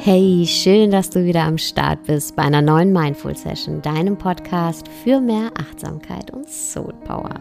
Hey, schön, dass du wieder am Start bist bei einer neuen Mindful Session, deinem Podcast für mehr Achtsamkeit und Soul Power.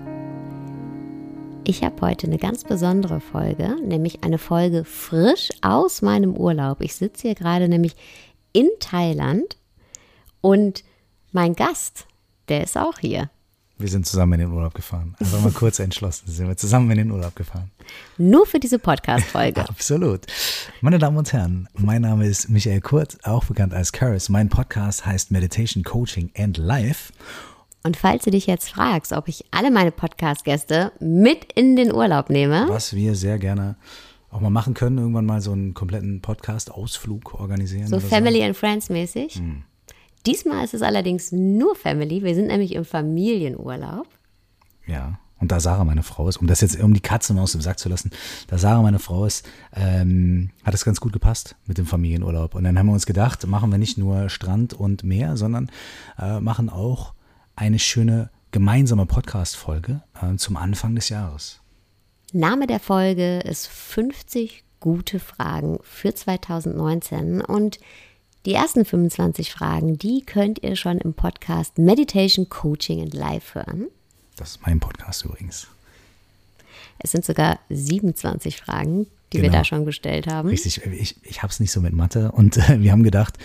Ich habe heute eine ganz besondere Folge, nämlich eine Folge frisch aus meinem Urlaub. Ich sitze hier gerade nämlich in Thailand und mein Gast, der ist auch hier. Wir sind zusammen in den Urlaub gefahren. Einfach mal kurz entschlossen, sind wir zusammen in den Urlaub gefahren. Nur für diese Podcast-Folge. Absolut. Meine Damen und Herren, mein Name ist Michael Kurt, auch bekannt als Karis. Mein Podcast heißt Meditation, Coaching and Life. Und falls du dich jetzt fragst, ob ich alle meine Podcast-Gäste mit in den Urlaub nehme. Was wir sehr gerne auch mal machen können, irgendwann mal so einen kompletten Podcast-Ausflug organisieren. So Family and Friends mäßig. Diesmal ist es allerdings nur Family. Wir sind nämlich im Familienurlaub. Ja, und da Sarah meine Frau ist, um die Katze mal aus dem Sack zu lassen, da Sarah meine Frau ist, hat es ganz gut gepasst mit dem Familienurlaub. Und dann haben wir uns gedacht, machen wir nicht nur Strand und Meer, sondern machen auch eine schöne gemeinsame Podcast-Folge zum Anfang des Jahres. Name der Folge ist 50 gute Fragen für 2019 und die ersten 25 Fragen, die könnt ihr schon im Podcast Meditation, Coaching and Life hören. Das ist mein Podcast übrigens. Es sind sogar 27 Fragen, die wir da schon gestellt haben. Richtig, ich habe es nicht so mit Mathe und wir haben gedacht,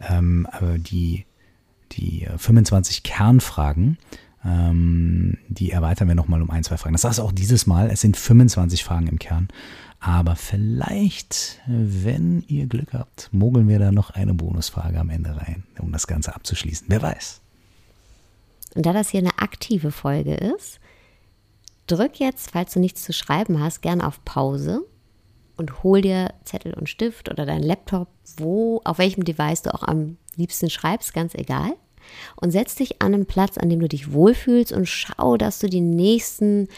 die 25 Kernfragen, die erweitern wir nochmal um 1-2 Fragen. Das ist auch dieses Mal, es sind 25 Fragen im Kern. Aber vielleicht, wenn ihr Glück habt, mogeln wir da noch eine Bonusfrage am Ende rein, um das Ganze abzuschließen. Wer weiß. Und da das hier eine aktive Folge ist, drück jetzt, falls du nichts zu schreiben hast, gerne auf Pause und hol dir Zettel und Stift oder deinen Laptop, auf welchem Device du auch am liebsten schreibst, ganz egal. Und setz dich an einen Platz, an dem du dich wohlfühlst und schau, dass du die nächsten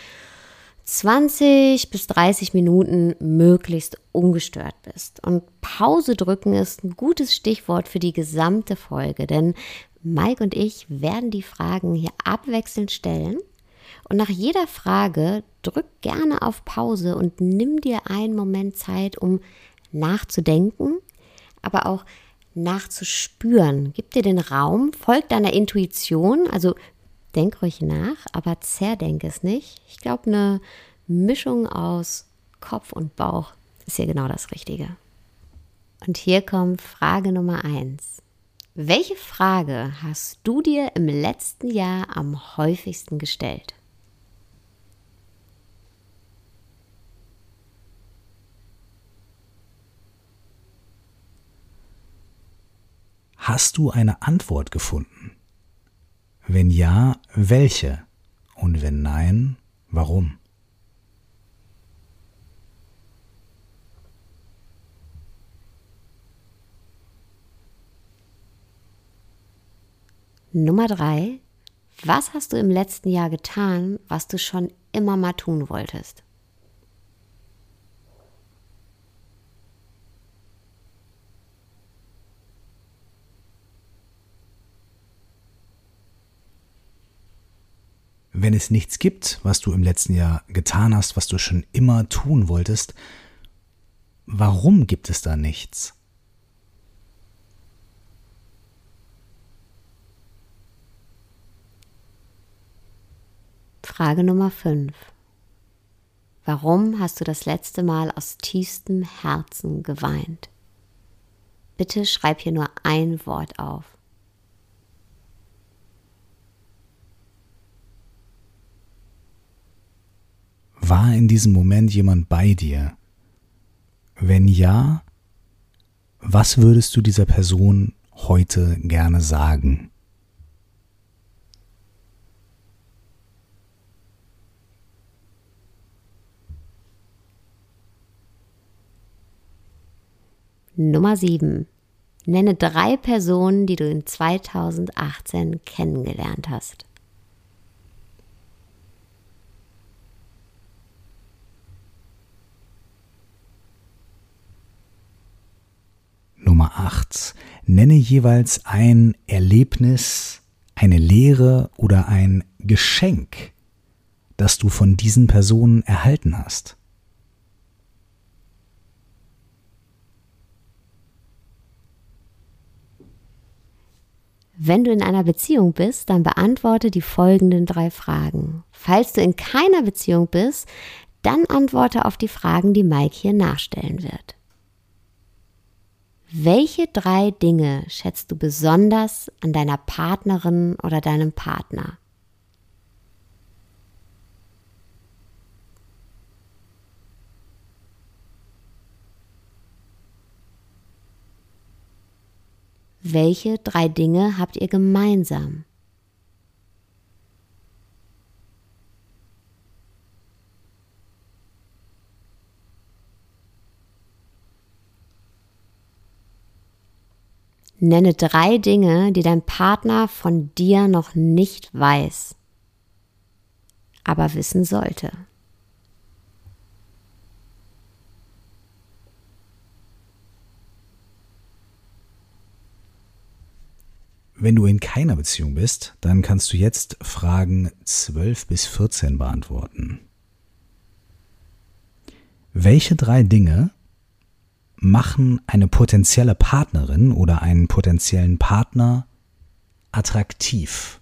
20 bis 30 Minuten möglichst ungestört bist. Und Pause drücken ist ein gutes Stichwort für die gesamte Folge, denn Mike und ich werden die Fragen hier abwechselnd stellen. Und nach jeder Frage drück gerne auf Pause und nimm dir einen Moment Zeit, um nachzudenken, aber auch nachzuspüren. Gib dir den Raum, folg deiner Intuition, also denk ruhig nach, aber zerdenk es nicht. Ich glaube, eine Mischung aus Kopf und Bauch ist hier genau das Richtige. Und hier kommt Frage Nummer 1. Welche Frage hast du dir im letzten Jahr am häufigsten gestellt? Hast du eine Antwort gefunden? Wenn ja, welche? Und wenn nein, warum? Nummer 3. Was hast du im letzten Jahr getan, was du schon immer mal tun wolltest? Wenn es nichts gibt, was du im letzten Jahr getan hast, was du schon immer tun wolltest, warum gibt es da nichts? Frage Nummer 5. Warum hast du das letzte Mal aus tiefstem Herzen geweint? Bitte schreib hier nur ein Wort auf. War in diesem Moment jemand bei dir? Wenn ja, was würdest du dieser Person heute gerne sagen? Nummer 7. Nenne 3 Personen, die du in 2018 kennengelernt hast. Nummer 8. Nenne jeweils ein Erlebnis, eine Lehre oder ein Geschenk, das du von diesen Personen erhalten hast. Wenn du in einer Beziehung bist, dann beantworte die folgenden 3 Fragen. Falls du in keiner Beziehung bist, dann antworte auf die Fragen, die Mike hier nachstellen wird. Welche 3 Dinge schätzt du besonders an deiner Partnerin oder deinem Partner? Welche 3 Dinge habt ihr gemeinsam? Nenne 3 Dinge, die dein Partner von dir noch nicht weiß, aber wissen sollte. Wenn du in keiner Beziehung bist, dann kannst du jetzt Fragen 12 bis 14 beantworten. Welche 3 Dinge machen eine potenzielle Partnerin oder einen potenziellen Partner attraktiv?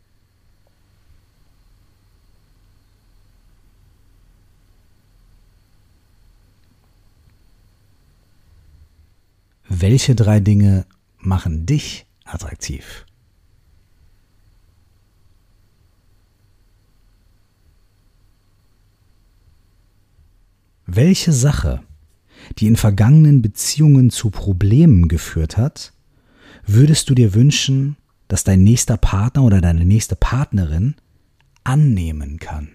Welche 3 Dinge machen dich attraktiv? Welche Sache, die in vergangenen Beziehungen zu Problemen geführt hat, würdest du dir wünschen, dass dein nächster Partner oder deine nächste Partnerin annehmen kann?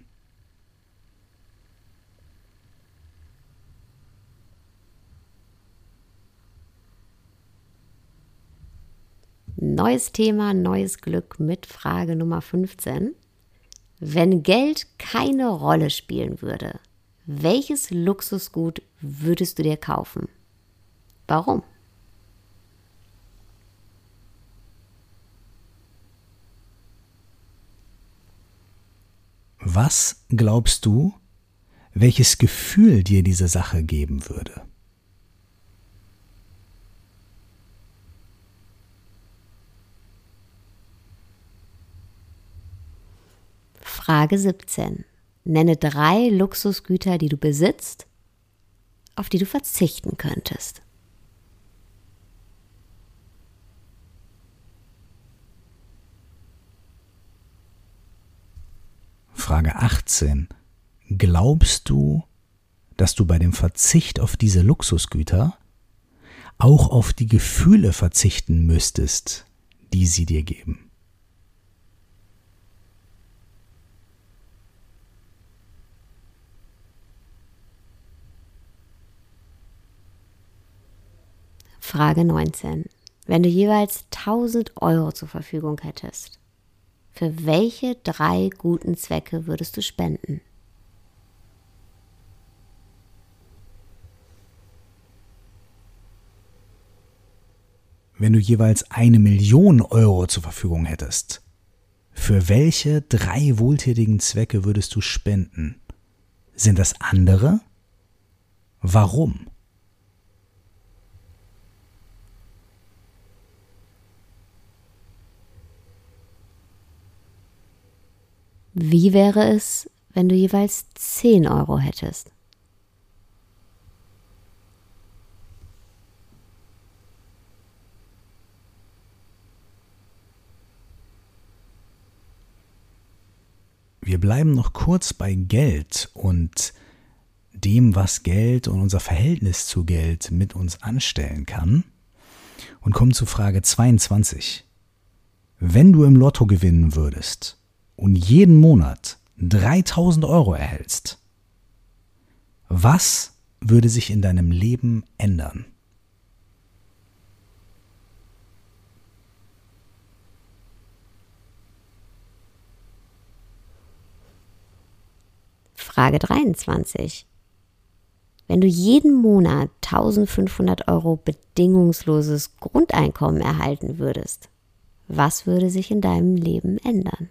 Neues Thema, neues Glück mit Frage Nummer 15. Wenn Geld keine Rolle spielen würde, welches Luxusgut würdest du dir kaufen? Warum? Was glaubst du, welches Gefühl dir diese Sache geben würde? Frage 17. Nenne 3 Luxusgüter, die du besitzt, auf die du verzichten könntest. Frage 18. Glaubst du, dass du bei dem Verzicht auf diese Luxusgüter auch auf die Gefühle verzichten müsstest, die sie dir geben? Frage 19. Wenn du jeweils 1.000 Euro zur Verfügung hättest, für welche 3 guten Zwecke würdest du spenden? Wenn du jeweils 1.000.000 Euro zur Verfügung hättest, für welche 3 wohltätigen Zwecke würdest du spenden? Sind das andere? Warum? Wie wäre es, wenn du jeweils 10 Euro hättest? Wir bleiben noch kurz bei Geld und dem, was Geld und unser Verhältnis zu Geld mit uns anstellen kann, und kommen zu Frage 22. Wenn du im Lotto gewinnen würdest und jeden Monat 3.000 Euro erhältst, was würde sich in deinem Leben ändern? Frage 23. Wenn du jeden Monat 1.500 Euro bedingungsloses Grundeinkommen erhalten würdest, was würde sich in deinem Leben ändern?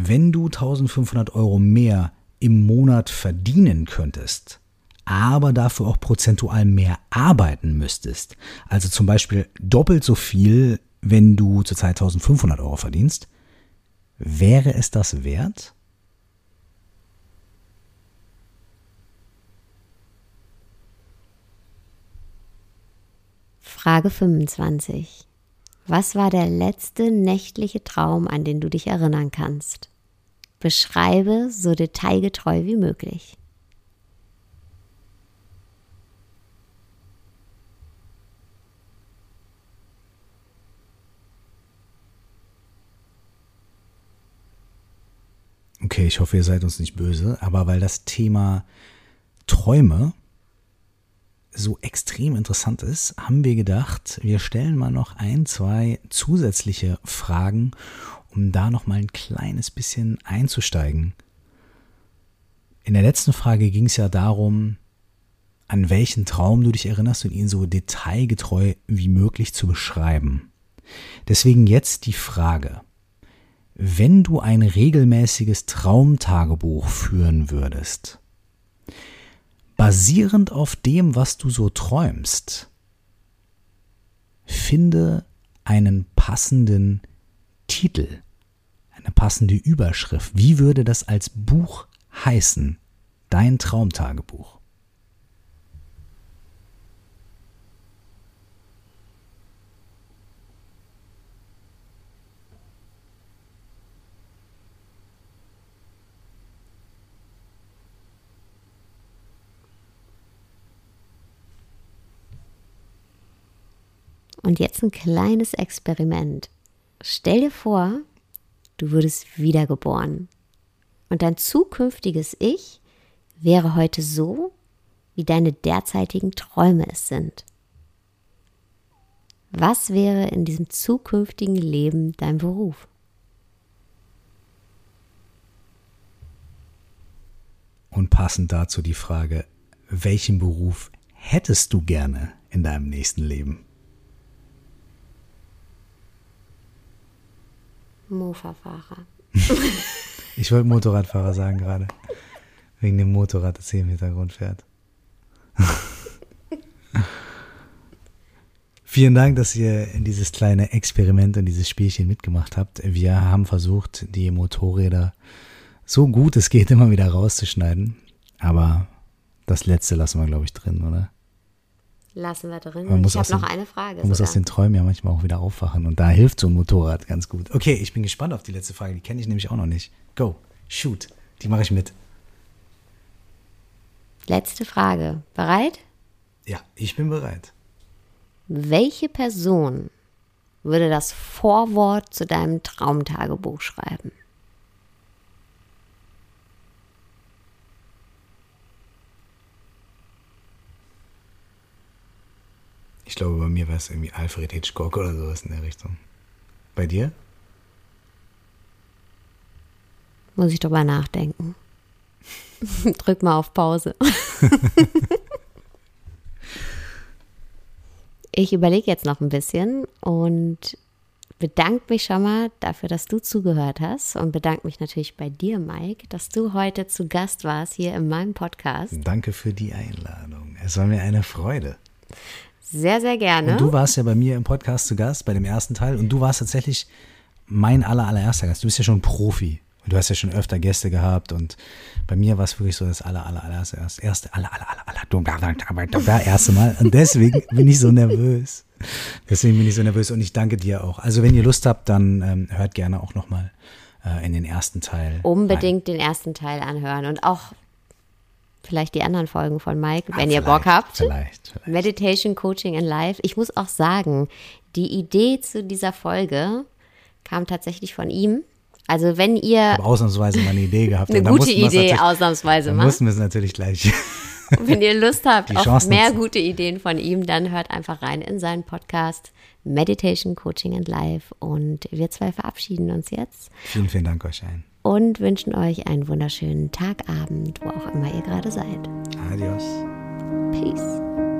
wenn du 1.500 Euro mehr im Monat verdienen könntest, aber dafür auch prozentual mehr arbeiten müsstest, also zum Beispiel doppelt so viel, wenn du zurzeit 1.500 Euro verdienst, wäre es das wert? Frage 25. Was war der letzte nächtliche Traum, an den du dich erinnern kannst? Beschreibe so detailgetreu wie möglich. Okay, ich hoffe, ihr seid uns nicht böse, aber weil das Thema Träume so extrem interessant ist, haben wir gedacht, wir stellen mal noch 1, 2 zusätzliche Fragen, um da noch mal ein kleines bisschen einzusteigen. In der letzten Frage ging es ja darum, an welchen Traum du dich erinnerst und ihn so detailgetreu wie möglich zu beschreiben. Deswegen jetzt die Frage: Wenn du ein regelmäßiges Traumtagebuch führen würdest, basierend auf dem, was du so träumst, finde einen passenden Titel, eine passende Überschrift. Wie würde das als Buch heißen? Dein Traumtagebuch. Und jetzt ein kleines Experiment. Stell dir vor, du würdest wiedergeboren. Und dein zukünftiges Ich wäre heute so, wie deine derzeitigen Träume es sind. Was wäre in diesem zukünftigen Leben dein Beruf? Und passend dazu die Frage: Welchen Beruf hättest du gerne in deinem nächsten Leben? Mofa-Fahrer. Ich wollte Motorradfahrer sagen gerade. Wegen dem Motorrad, das hier im Hintergrund fährt. Vielen Dank, dass ihr in dieses kleine Experiment und dieses Spielchen mitgemacht habt. Wir haben versucht, die Motorräder so gut es geht immer wieder rauszuschneiden. Aber das letzte lassen wir, glaube ich, drin, oder? Lassen wir drin. Ich habe noch eine Frage. Man muss aus den Träumen ja manchmal auch wieder aufwachen. Und da hilft so ein Motorrad ganz gut. Okay, ich bin gespannt auf die letzte Frage. Die kenne ich nämlich auch noch nicht. Go, shoot. Die mache ich mit. Letzte Frage. Bereit? Ja, ich bin bereit. Welche Person würde das Vorwort zu deinem Traumtagebuch schreiben? Ich glaube, bei mir wäre es irgendwie Alfred Hitchcock oder sowas in der Richtung. Bei dir? Muss ich drüber nachdenken. Drück mal auf Pause. Ich überlege jetzt noch ein bisschen und bedanke mich schon mal dafür, dass du zugehört hast und bedanke mich natürlich bei dir, Mike, dass du heute zu Gast warst hier in meinem Podcast. Danke für die Einladung. Es war mir eine Freude. Sehr, sehr gerne. Und du warst ja bei mir im Podcast zu Gast, bei dem ersten Teil. Und du warst tatsächlich mein allererster Gast. Du bist ja schon Profi. Und du hast ja schon öfter Gäste gehabt. Und bei mir war es wirklich so das allererste Mal. Und deswegen bin ich so nervös. Und ich danke dir auch. Also wenn ihr Lust habt, dann hört gerne auch nochmal in den ersten Teil. Unbedingt den ersten Teil anhören. Und auch vielleicht die anderen Folgen von Mike, wenn ihr Bock habt. Vielleicht. Meditation, Coaching in Life. Ich muss auch sagen, die Idee zu dieser Folge kam tatsächlich von ihm. Also wenn ihr... Ich habe ausnahmsweise mal eine Idee gehabt. Eine gute Idee ausnahmsweise mal. Mussten wir es natürlich gleich. Wenn ihr Lust habt auf mehr gute Ideen von ihm, dann hört einfach rein in seinen Podcast Meditation, Coaching and Life. Und wir zwei verabschieden uns jetzt. Vielen, vielen Dank euch allen. Und wünschen euch einen wunderschönen Tag, Abend, wo auch immer ihr gerade seid. Adios. Peace.